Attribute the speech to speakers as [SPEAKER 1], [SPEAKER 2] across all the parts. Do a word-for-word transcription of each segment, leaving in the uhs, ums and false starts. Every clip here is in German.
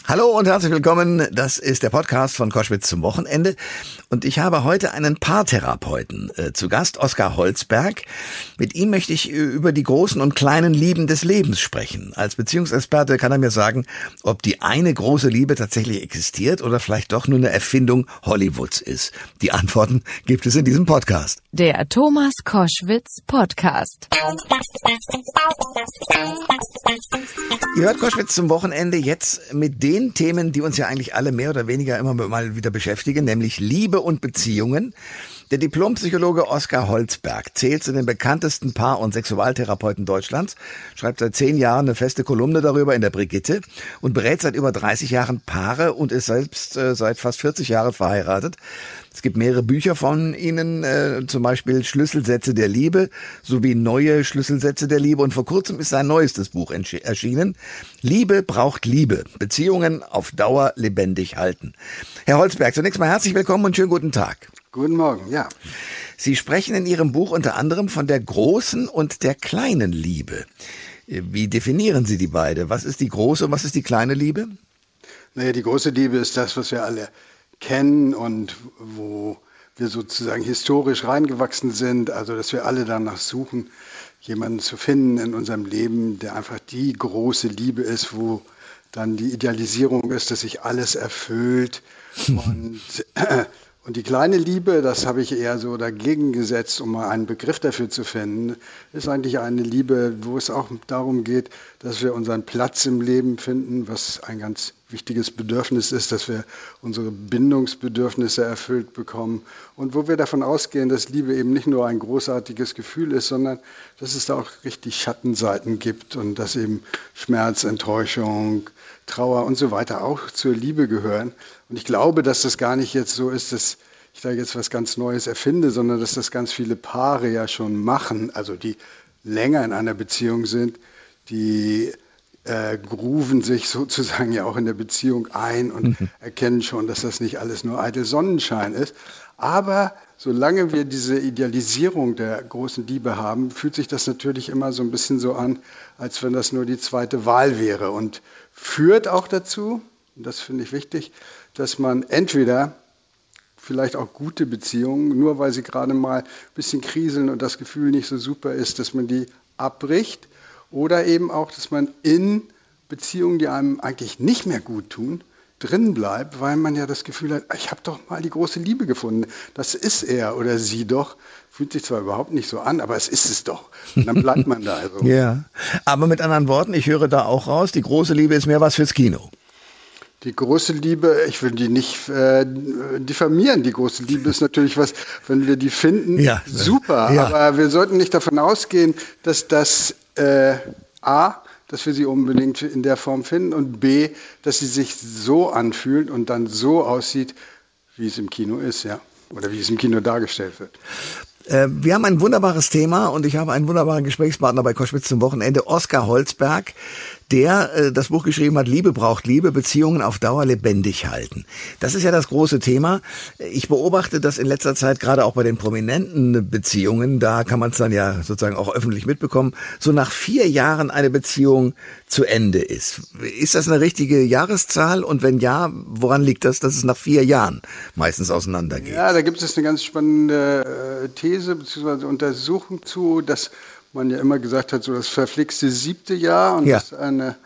[SPEAKER 1] Hallo und herzlich willkommen. Das ist der Podcast von Koschwitz zum Wochenende. Und ich habe heute einen Paartherapeuten äh, zu Gast, Oskar Holzberg. Mit ihm möchte ich äh, über die großen und kleinen Lieben des Lebens sprechen. Als Beziehungsexperte kann er mir sagen, ob die eine große Liebe tatsächlich existiert oder vielleicht doch nur eine Erfindung Hollywoods ist. Die Antworten gibt es in diesem Podcast.
[SPEAKER 2] Der Thomas Koschwitz Podcast.
[SPEAKER 1] Ihr hört Koschwitz zum Wochenende jetzt mit den Themen, die uns ja eigentlich alle mehr oder weniger immer mal wieder beschäftigen, nämlich Liebe und Beziehungen. Der Diplompsychologe Oskar Holzberg zählt zu den bekanntesten Paar- und Sexualtherapeuten Deutschlands, schreibt seit zehn Jahren eine feste Kolumne darüber in der Brigitte und berät seit über dreißig Jahren Paare und ist selbst äh, seit fast vierzig Jahren verheiratet. Es gibt mehrere Bücher von Ihnen, äh, zum Beispiel Schlüsselsätze der Liebe sowie neue Schlüsselsätze der Liebe. Und vor kurzem ist sein neuestes Buch erschienen. Liebe braucht Liebe. Beziehungen auf Dauer lebendig halten. Herr Holzberg, zunächst mal herzlich willkommen und schönen guten Tag.
[SPEAKER 3] Guten Morgen, ja.
[SPEAKER 1] Sie sprechen in Ihrem Buch unter anderem von der großen und der kleinen Liebe. Wie definieren Sie die beide? Was ist die große und was ist die kleine Liebe?
[SPEAKER 3] Naja, die große Liebe ist das, was wir alle kennen und wo wir sozusagen historisch reingewachsen sind, also dass wir alle danach suchen, jemanden zu finden in unserem Leben, der einfach die große Liebe ist, wo dann die Idealisierung ist, dass sich alles erfüllt. und, und die kleine Liebe, das habe ich eher so dagegen gesetzt, um mal einen Begriff dafür zu finden, ist eigentlich eine Liebe, wo es auch darum geht, dass wir unseren Platz im Leben finden, was ein ganz wichtiges Bedürfnis ist, dass wir unsere Bindungsbedürfnisse erfüllt bekommen und wo wir davon ausgehen, dass Liebe eben nicht nur ein großartiges Gefühl ist, sondern dass es da auch richtig Schattenseiten gibt und dass eben Schmerz, Enttäuschung, Trauer und so weiter auch zur Liebe gehören. Und ich glaube, dass das gar nicht jetzt so ist, dass ich da jetzt was ganz Neues erfinde, sondern dass das ganz viele Paare ja schon machen, also die länger in einer Beziehung sind, die äh, grooven sich sozusagen ja auch in der Beziehung ein und mhm. erkennen schon, dass das nicht alles nur eitel Sonnenschein ist. Aber solange wir diese Idealisierung der großen Liebe haben, fühlt sich das natürlich immer so ein bisschen so an, als wenn das nur die zweite Wahl wäre und führt auch dazu, und das finde ich wichtig, dass man entweder vielleicht auch gute Beziehungen, nur weil sie gerade mal ein bisschen kriseln und das Gefühl nicht so super ist, dass man die abbricht, oder eben auch, dass man in Beziehungen, die einem eigentlich nicht mehr gut tun, drin bleibt, weil man ja das Gefühl hat, ich habe doch mal die große Liebe gefunden. Das ist er oder sie doch. Fühlt sich zwar überhaupt nicht so an, aber es ist es doch. Und dann bleibt man da. Also.
[SPEAKER 1] Ja, aber mit anderen Worten, ich höre da auch raus, die große Liebe ist mehr was fürs Kino.
[SPEAKER 3] Die große Liebe, ich will die nicht äh, diffamieren. Die große Liebe ist natürlich was, wenn wir die finden, ja. super. Ja. Aber wir sollten nicht davon ausgehen, dass das äh, A, dass wir sie unbedingt in der Form finden und B, dass sie sich so anfühlt und dann so aussieht, wie es im Kino ist, ja, oder wie es im Kino dargestellt wird.
[SPEAKER 1] Wir haben ein wunderbares Thema und ich habe einen wunderbaren Gesprächspartner bei Koschwitz zum Wochenende, Oskar Holzberg, der äh, das Buch geschrieben hat, Liebe braucht Liebe, Beziehungen auf Dauer lebendig halten. Das ist ja das große Thema. Ich beobachte das in letzter Zeit gerade auch bei den prominenten Beziehungen, da kann man es dann ja sozusagen auch öffentlich mitbekommen, so nach vier Jahren eine Beziehung zu Ende ist. Ist das eine richtige Jahreszahl und wenn ja, woran liegt das, dass es nach vier Jahren meistens auseinandergeht?
[SPEAKER 3] Ja, da gibt es eine ganz spannende äh, These bzw. Untersuchung zu, dass man ja immer gesagt hat, so das verflixte siebte Jahr und ja. das ist eine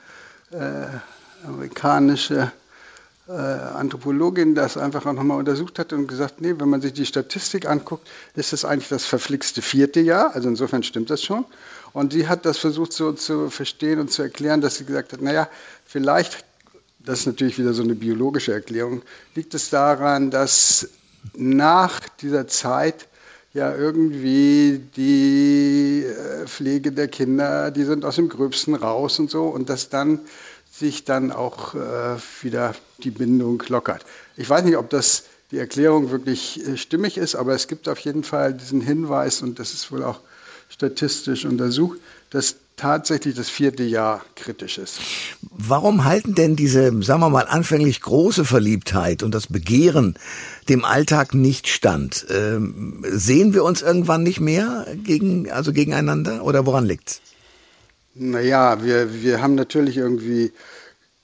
[SPEAKER 3] äh, amerikanische äh, Anthropologin das einfach auch nochmal untersucht hat und gesagt, nee, wenn man sich die Statistik anguckt, ist das eigentlich das verflixte vierte Jahr, also insofern stimmt das schon. Und sie hat das versucht so zu verstehen und zu erklären, dass sie gesagt hat, naja, vielleicht, das ist natürlich wieder so eine biologische Erklärung, liegt es daran, dass nach dieser Zeit ja irgendwie die Pflege der Kinder, die sind aus dem Gröbsten raus und so und dass dann sich dann auch äh, wieder die Bindung lockert. Ich weiß nicht, ob das die Erklärung wirklich äh, stimmig ist, aber es gibt auf jeden Fall diesen Hinweis und das ist wohl auch statistisch untersucht, dass tatsächlich das vierte Jahr kritisch ist.
[SPEAKER 1] Warum halten denn diese, sagen wir mal, anfänglich große Verliebtheit und das Begehren dem Alltag nicht stand? Ähm, sehen wir uns irgendwann nicht mehr gegen, also gegeneinander oder woran liegt's?
[SPEAKER 3] Naja, wir, wir haben natürlich irgendwie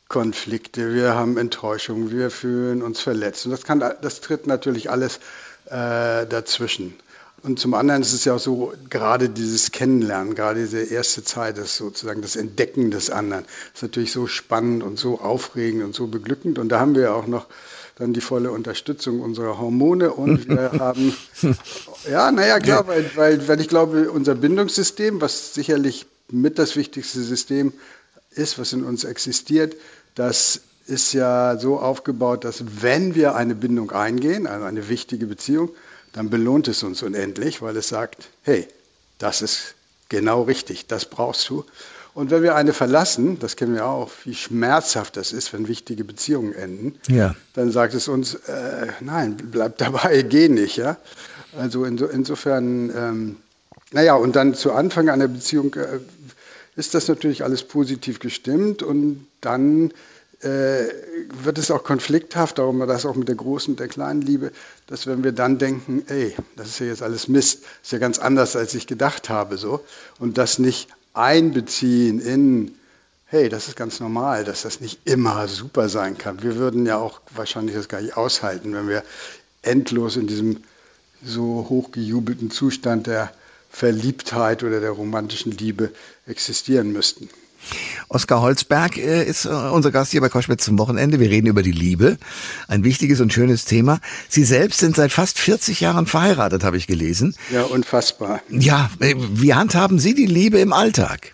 [SPEAKER 3] Konflikte, wir haben Enttäuschung, wir fühlen uns verletzt. Und das kann, das tritt natürlich alles äh, dazwischen. Und zum anderen ist es ja auch so, gerade dieses Kennenlernen, gerade diese erste Zeit, das sozusagen das Entdecken des anderen, ist natürlich so spannend und so aufregend und so beglückend. Und da haben wir ja auch noch dann die volle Unterstützung unserer Hormone und wir haben, ja, naja, klar, weil, weil, weil ich glaube, unser Bindungssystem, was sicherlich mit das wichtigste System ist, was in uns existiert, das ist ja so aufgebaut, dass wenn wir eine Bindung eingehen, also eine wichtige Beziehung, dann belohnt es uns unendlich, weil es sagt, hey, das ist genau richtig, das brauchst du. Und wenn wir eine verlassen, das kennen wir auch, wie schmerzhaft das ist, wenn wichtige Beziehungen enden, ja. Dann sagt es uns, äh, nein, bleib dabei, geh nicht. Ja? Also inso, insofern, ähm, naja, und dann zu Anfang einer Beziehung äh, ist das natürlich alles positiv gestimmt und dann äh, wird es auch konflikthaft, darum war das auch mit der großen und der kleinen Liebe, dass wenn wir dann denken, ey, das ist ja jetzt alles Mist, ist ja ganz anders, als ich gedacht habe, so, und das nicht einbeziehen in, hey, das ist ganz normal, dass das nicht immer super sein kann. Wir würden ja auch wahrscheinlich das gar nicht aushalten, wenn wir endlos in diesem so hochgejubelten Zustand der Verliebtheit oder der romantischen Liebe existieren müssten.
[SPEAKER 1] Oskar Holzberg äh, ist äh, unser Gast hier bei Koschwitz zum Wochenende. Wir reden über die Liebe, ein wichtiges und schönes Thema. Sie selbst sind seit fast vierzig Jahren verheiratet, habe ich gelesen.
[SPEAKER 3] Ja, unfassbar.
[SPEAKER 1] Ja, äh, wie handhaben Sie die Liebe im Alltag?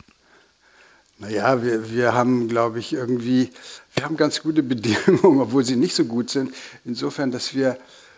[SPEAKER 3] Naja, wir, wir haben, glaube ich, irgendwie, wir haben ganz gute Bedingungen, obwohl sie nicht so gut sind. Insofern, dass wir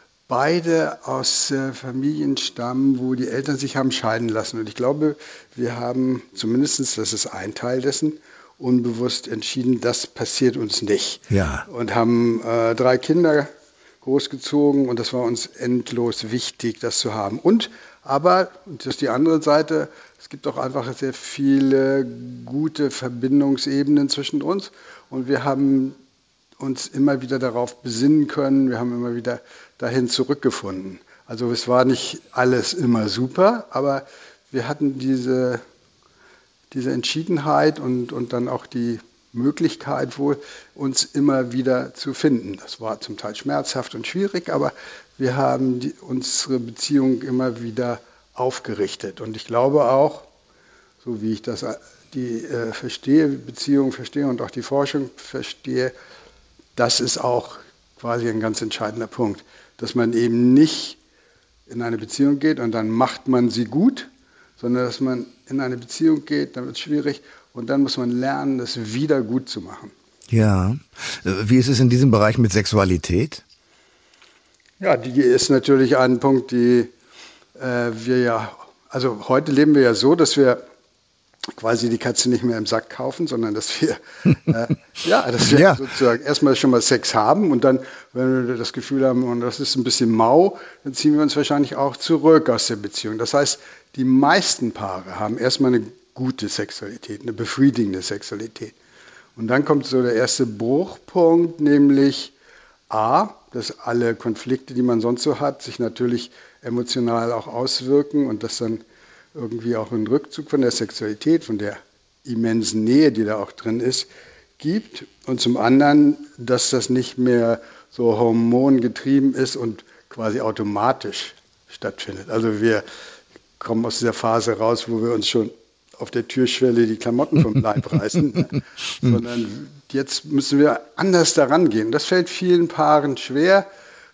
[SPEAKER 3] beide aus äh, Familien stammen, wo die Eltern sich haben scheiden lassen. Und ich glaube, wir haben zumindest, das ist ein Teil dessen, unbewusst entschieden, das passiert uns nicht.
[SPEAKER 1] Ja.
[SPEAKER 3] Und haben äh, drei Kinder großgezogen und das war uns endlos wichtig, das zu haben. Und aber, und das ist die andere Seite, es gibt auch einfach sehr viele gute Verbindungsebenen zwischen uns und wir haben uns immer wieder darauf besinnen können, wir haben immer wieder dahin zurückgefunden. Also es war nicht alles immer super, aber wir hatten diese, diese Entschiedenheit und, und dann auch die Möglichkeit wohl, uns immer wieder zu finden. Das war zum Teil schmerzhaft und schwierig, aber wir haben die, unsere Beziehung immer wieder aufgerichtet. Und ich glaube auch, so wie ich das die äh, verstehe, Beziehung verstehe und auch die Forschung verstehe, das ist auch quasi ein ganz entscheidender Punkt, dass man eben nicht in eine Beziehung geht und dann macht man sie gut, sondern dass man in eine Beziehung geht, dann wird es schwierig und dann muss man lernen, das wieder gut zu machen.
[SPEAKER 1] Ja, wie ist es in diesem Bereich mit Sexualität?
[SPEAKER 3] Ja, die ist natürlich ein Punkt, die äh, wir ja, also heute leben wir ja so, dass wir quasi die Katze nicht mehr im Sack kaufen, sondern dass wir, äh, ja, dass wir ja. sozusagen erstmal schon mal Sex haben und dann, wenn wir das Gefühl haben, und das ist ein bisschen mau, dann ziehen wir uns wahrscheinlich auch zurück aus der Beziehung. Das heißt, die meisten Paare haben erstmal eine gute Sexualität, eine befriedigende Sexualität. Und dann kommt so der erste Bruchpunkt, nämlich A, dass alle Konflikte, die man sonst so hat, sich natürlich emotional auch auswirken und dass dann irgendwie auch einen Rückzug von der Sexualität, von der immensen Nähe, die da auch drin ist, gibt. Und zum anderen, dass das nicht mehr so hormongetrieben ist und quasi automatisch stattfindet. Also wir kommen aus dieser Phase raus, wo wir uns schon auf der Türschwelle die Klamotten vom Leib reißen, sondern jetzt müssen wir anders daran gehen. Das fällt vielen Paaren schwer.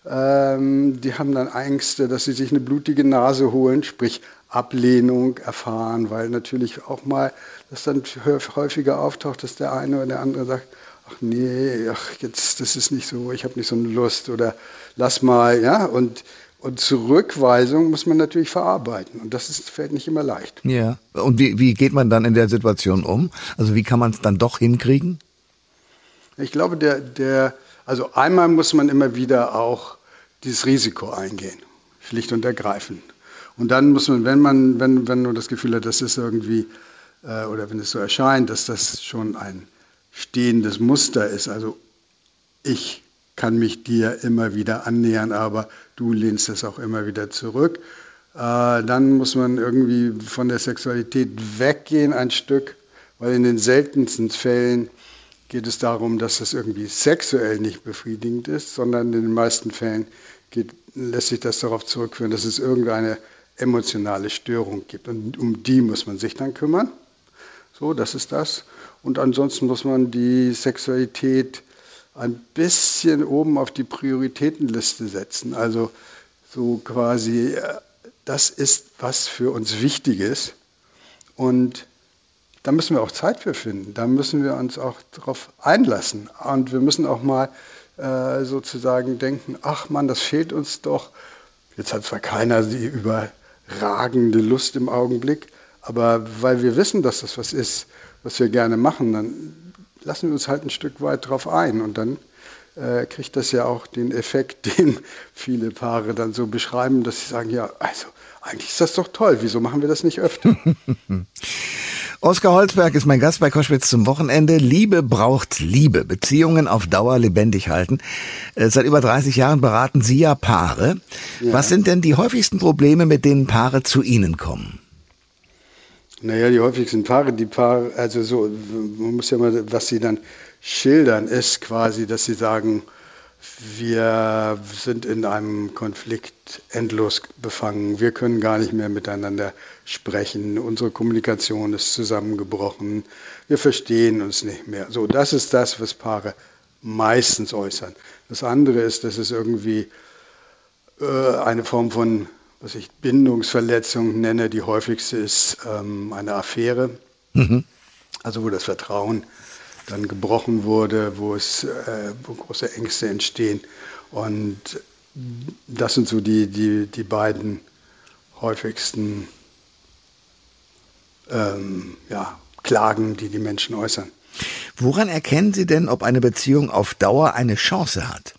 [SPEAKER 3] Ähm, die haben dann Ängste, dass sie sich eine blutige Nase holen, sprich Ablehnung erfahren, weil natürlich auch mal das dann häufiger auftaucht, dass der eine oder der andere sagt, ach nee, ach jetzt, das ist nicht so, ich habe nicht so eine Lust oder lass mal, ja, und Und Zurückweisung muss man natürlich verarbeiten. Und das ist, fällt nicht immer leicht.
[SPEAKER 1] Ja. Und wie, wie geht man dann in der Situation um? Also wie kann man es dann doch hinkriegen?
[SPEAKER 3] Ich glaube, der, der, also einmal muss man immer wieder auch dieses Risiko eingehen. Schlicht und ergreifend. Und dann muss man, wenn man, wenn, wenn man das Gefühl hat, dass es irgendwie, äh, oder wenn es so erscheint, dass das schon ein stehendes Muster ist. Also ich kann mich dir immer wieder annähern, aber du lehnst es auch immer wieder zurück. Äh, dann muss man irgendwie von der Sexualität weggehen ein Stück, weil in den seltensten Fällen geht es darum, dass es irgendwie sexuell nicht befriedigend ist, sondern in den meisten Fällen geht, lässt sich das darauf zurückführen, dass es irgendeine emotionale Störung gibt. Und um die muss man sich dann kümmern. So, das ist das. Und ansonsten muss man die Sexualität ein bisschen oben auf die Prioritätenliste setzen. Also so quasi, das ist was für uns wichtig ist. Und da müssen wir auch Zeit für finden. Da müssen wir uns auch darauf einlassen. Und wir müssen auch mal äh, sozusagen denken, ach Mann, das fehlt uns doch. Jetzt hat zwar keiner die überragende Lust im Augenblick, aber weil wir wissen, dass das was ist, was wir gerne machen, dann lassen wir uns halt ein Stück weit drauf ein. Und dann äh, kriegt das ja auch den Effekt, den viele Paare dann so beschreiben, dass sie sagen, ja, also eigentlich ist das doch toll, wieso machen wir das nicht öfter?
[SPEAKER 1] Oskar Holzberg ist mein Gast bei Koschwitz zum Wochenende. Liebe braucht Liebe. Beziehungen auf Dauer lebendig halten. Äh, seit über dreißig Jahren beraten Sie ja Paare. Ja. Was sind denn die häufigsten Probleme, mit denen Paare zu Ihnen kommen?
[SPEAKER 3] Naja, die häufigsten Paare, die Paare, also so, man muss ja mal, was sie dann schildern, ist quasi, dass sie sagen, wir sind in einem Konflikt endlos befangen. Wir können gar nicht mehr miteinander sprechen. Unsere Kommunikation ist zusammengebrochen. Wir verstehen uns nicht mehr. So, das ist das, was Paare meistens äußern. Das andere ist, dass es irgendwie äh, eine Form von, was ich Bindungsverletzung nenne. Die häufigste ist ähm, eine Affäre. Mhm. Also wo das Vertrauen dann gebrochen wurde, wo es äh, wo große Ängste entstehen. Und das sind so die, die, die beiden häufigsten ähm, ja, Klagen, die die Menschen äußern.
[SPEAKER 1] Woran erkennen Sie denn, ob eine Beziehung auf Dauer eine Chance hat?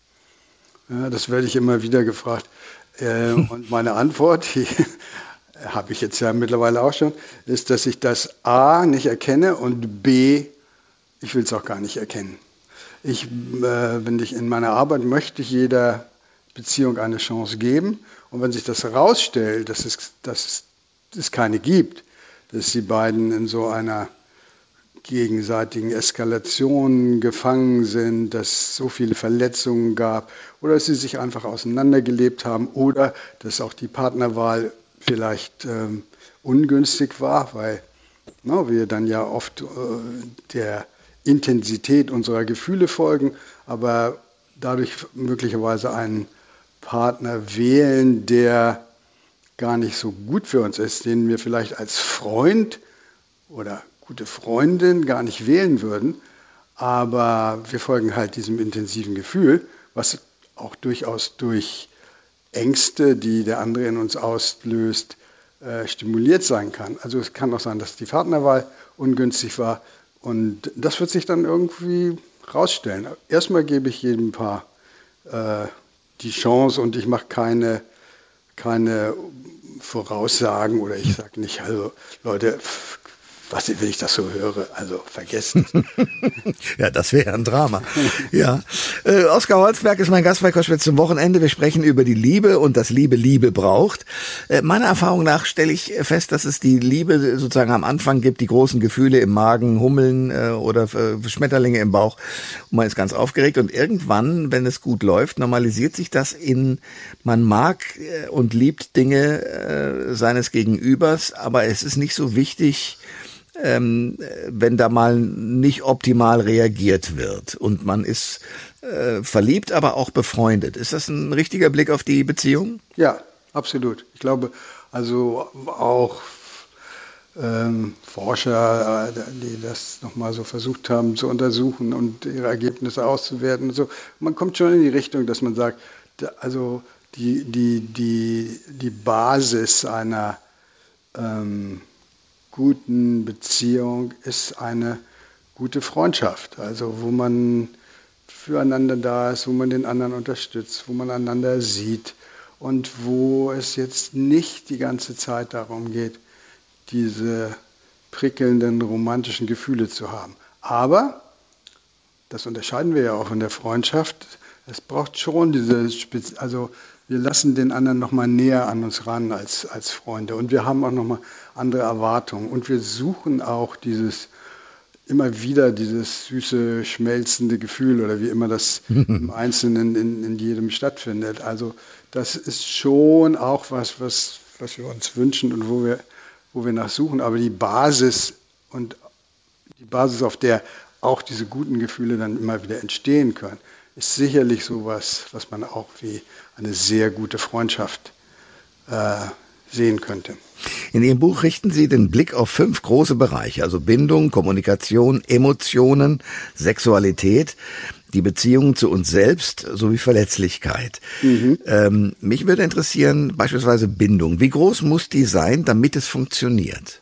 [SPEAKER 3] Ja, das werde ich immer wieder gefragt. Äh, und meine Antwort, die habe ich jetzt ja mittlerweile auch schon, ist, dass ich das A nicht erkenne und B, ich will es auch gar nicht erkennen. Ich, äh, wenn ich in meiner Arbeit möchte ich jeder Beziehung eine Chance geben. Und wenn sich das herausstellt, dass es, dass es keine gibt, dass die beiden in so einer gegenseitigen Eskalation gefangen sind, dass es so viele Verletzungen gab oder dass sie sich einfach auseinandergelebt haben oder dass auch die Partnerwahl vielleicht ähm, ungünstig war, weil na, wir dann ja oft äh, der Intensität unserer Gefühle folgen, aber dadurch möglicherweise einen Partner wählen, der gar nicht so gut für uns ist, den wir vielleicht als Freund oder gute Freundin gar nicht wählen würden, aber wir folgen halt diesem intensiven Gefühl, was auch durchaus durch Ängste, die der andere in uns auslöst, äh, stimuliert sein kann. Also es kann auch sein, dass die Partnerwahl ungünstig war. Und das wird sich dann irgendwie rausstellen. Erstmal gebe ich jedem Paar äh, die Chance und ich mache keine, keine Voraussagen oder ich sage nicht, also Leute, was will ich das so höre, also vergessen.
[SPEAKER 1] Ja, das wäre ein Drama. Ja, äh, Oskar Holzberg ist mein Gast bei Koschwitz zum Wochenende. Wir sprechen über die Liebe und dass Liebe Liebe braucht. Äh, meiner Erfahrung nach stelle ich fest, dass es die Liebe sozusagen am Anfang gibt, die großen Gefühle im Magen, Hummeln äh, oder äh, Schmetterlinge im Bauch und man ist ganz aufgeregt und irgendwann, wenn es gut läuft, normalisiert sich das in, man mag äh, und liebt Dinge äh, seines Gegenübers, aber es ist nicht so wichtig, Ähm, wenn da mal nicht optimal reagiert wird und man ist äh, verliebt, aber auch befreundet. Ist das ein richtiger Blick auf die Beziehung?
[SPEAKER 3] Ja, absolut. Ich glaube, also auch ähm, Forscher, die das nochmal so versucht haben zu untersuchen und ihre Ergebnisse auszuwerten. So, man kommt schon in die Richtung, dass man sagt, also die, die, die, die Basis einer ähm, guten Beziehung ist eine gute Freundschaft, also wo man füreinander da ist, wo man den anderen unterstützt, wo man einander sieht und wo es jetzt nicht die ganze Zeit darum geht, diese prickelnden romantischen Gefühle zu haben. Aber, das unterscheiden wir ja auch in der Freundschaft, es braucht schon diese, Spez- also wir lassen den anderen nochmal näher an uns ran als, als Freunde und wir haben auch nochmal andere Erwartungen und wir suchen auch dieses immer wieder dieses süße, schmelzende Gefühl oder wie immer das im Einzelnen in, in jedem stattfindet. Also das ist schon auch was, was, was wir uns wünschen und wo wir, wo wir nachsuchen. Aber die Basis und die Basis, auf der auch diese guten Gefühle dann immer wieder entstehen können, ist sicherlich sowas, was man auch wie eine sehr gute Freundschaft äh, sehen könnte.
[SPEAKER 1] In Ihrem Buch richten Sie den Blick auf fünf große Bereiche, also Bindung, Kommunikation, Emotionen, Sexualität, die Beziehung zu uns selbst sowie Verletzlichkeit. Mhm. Ähm, mich würde interessieren, beispielsweise Bindung. Wie groß muss die sein, damit es funktioniert?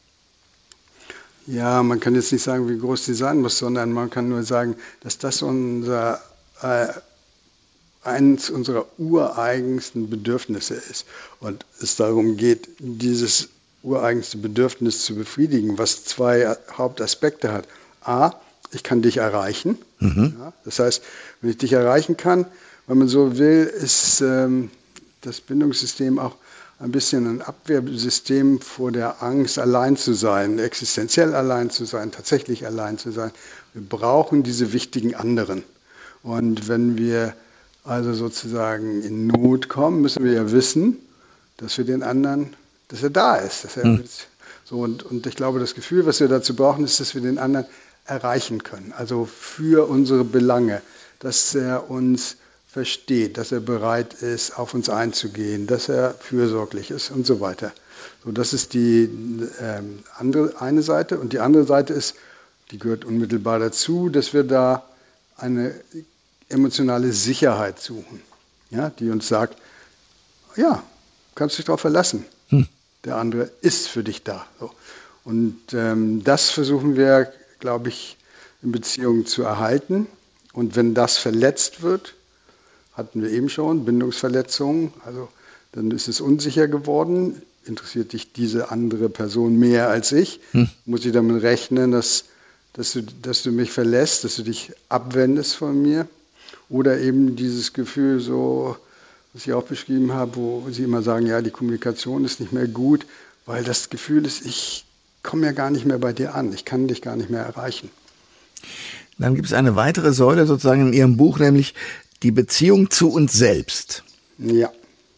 [SPEAKER 3] Ja, man kann jetzt nicht sagen, wie groß die sein muss, sondern man kann nur sagen, dass das unser äh, eines unserer ureigensten Bedürfnisse ist und es darum geht, dieses ureigenste Bedürfnis zu befriedigen, was zwei Hauptaspekte hat. A, ich kann dich erreichen. Mhm. Ja, das heißt, wenn ich dich erreichen kann, wenn man so will, ist ähm, das Bindungssystem auch ein bisschen ein Abwehrsystem vor der Angst, allein zu sein, existenziell allein zu sein, tatsächlich allein zu sein. Wir brauchen diese wichtigen anderen. Und wenn wir also sozusagen in Not kommen, müssen wir ja wissen, dass wir den anderen, dass er da ist. Dass er, mhm. so und, und ich glaube, das Gefühl, was wir dazu brauchen, ist, dass wir den anderen erreichen können. Also für unsere Belange, dass er uns versteht, dass er bereit ist, auf uns einzugehen, dass er fürsorglich ist und so weiter. So, das ist die ähm, andere eine Seite. Und die andere Seite ist, die gehört unmittelbar dazu, dass wir da eine emotionale Sicherheit suchen, ja, die uns sagt, ja, kannst dich darauf verlassen. Hm. Der andere ist für dich da. So. Und ähm, das versuchen wir, glaube ich, in Beziehungen zu erhalten. Und wenn das verletzt wird, hatten wir eben schon, Bindungsverletzungen, also dann ist es unsicher geworden, interessiert dich diese andere Person mehr als ich, hm. muss ich damit rechnen, dass, dass, du, dass du mich verlässt, dass du dich abwendest von mir. Oder eben dieses Gefühl, so, was ich auch beschrieben habe, wo Sie immer sagen, ja, die Kommunikation ist nicht mehr gut, weil das Gefühl ist, ich komme ja gar nicht mehr bei dir an, ich kann dich gar nicht mehr erreichen.
[SPEAKER 1] Dann gibt es eine weitere Säule sozusagen in Ihrem Buch, nämlich die Beziehung zu uns selbst.
[SPEAKER 3] Ja.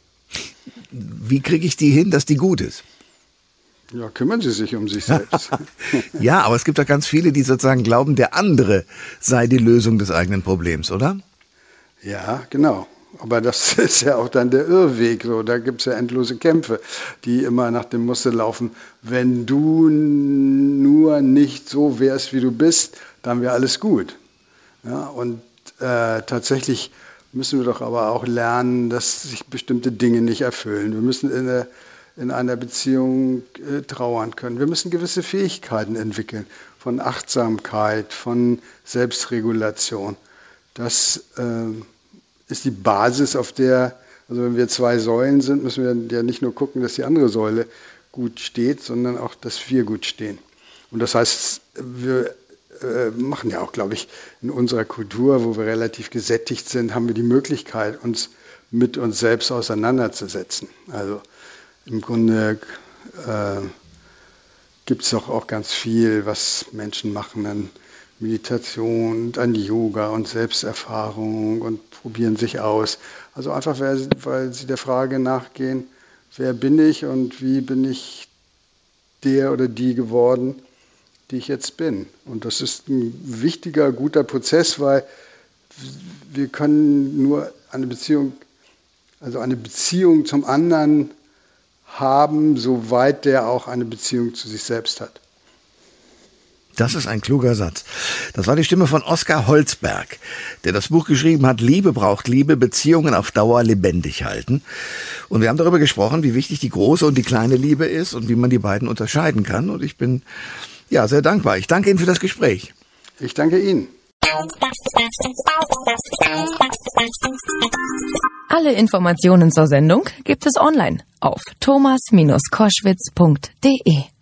[SPEAKER 1] Wie kriege ich die hin, dass die gut ist?
[SPEAKER 3] Ja, kümmern Sie sich um sich selbst.
[SPEAKER 1] Ja, aber es gibt doch ganz viele, die sozusagen glauben, der andere sei die Lösung des eigenen Problems, oder?
[SPEAKER 3] Ja, genau. Aber das ist ja auch dann der Irrweg. So. Da gibt es ja endlose Kämpfe, die immer nach dem Muster laufen. Wenn du nur nicht so wärst, wie du bist, dann wäre alles gut. Ja, und äh, tatsächlich müssen wir doch aber auch lernen, dass sich bestimmte Dinge nicht erfüllen. Wir müssen in der in einer Beziehung äh, trauern können. Wir müssen gewisse Fähigkeiten entwickeln, von Achtsamkeit, von Selbstregulation. Das äh, ist die Basis, auf der, also wenn wir zwei Säulen sind, müssen wir ja nicht nur gucken, dass die andere Säule gut steht, sondern auch, dass wir gut stehen. Und das heißt, wir äh, machen ja auch, glaube ich, in unserer Kultur, wo wir relativ gesättigt sind, haben wir die Möglichkeit, uns mit uns selbst auseinanderzusetzen. Also im Grunde äh, gibt es doch auch ganz viel, was Menschen machen an Meditation, an Yoga und Selbsterfahrung und probieren sich aus. Also einfach, weil, weil sie der Frage nachgehen, wer bin ich und wie bin ich der oder die geworden, die ich jetzt bin. Und das ist ein wichtiger, guter Prozess, weil wir können nur eine Beziehung, also eine Beziehung zum anderen haben, soweit der auch eine Beziehung zu sich selbst hat.
[SPEAKER 1] Das ist ein kluger Satz. Das war die Stimme von Oskar Holzberg, der das Buch geschrieben hat, Liebe braucht Liebe, Beziehungen auf Dauer lebendig halten. Und wir haben darüber gesprochen, wie wichtig die große und die kleine Liebe ist und wie man die beiden unterscheiden kann. Und ich bin ja sehr dankbar. Ich danke Ihnen für das Gespräch.
[SPEAKER 3] Ich danke Ihnen.
[SPEAKER 2] Alle Informationen zur Sendung gibt es online auf thomas Bindestrich koschwitz punkt de.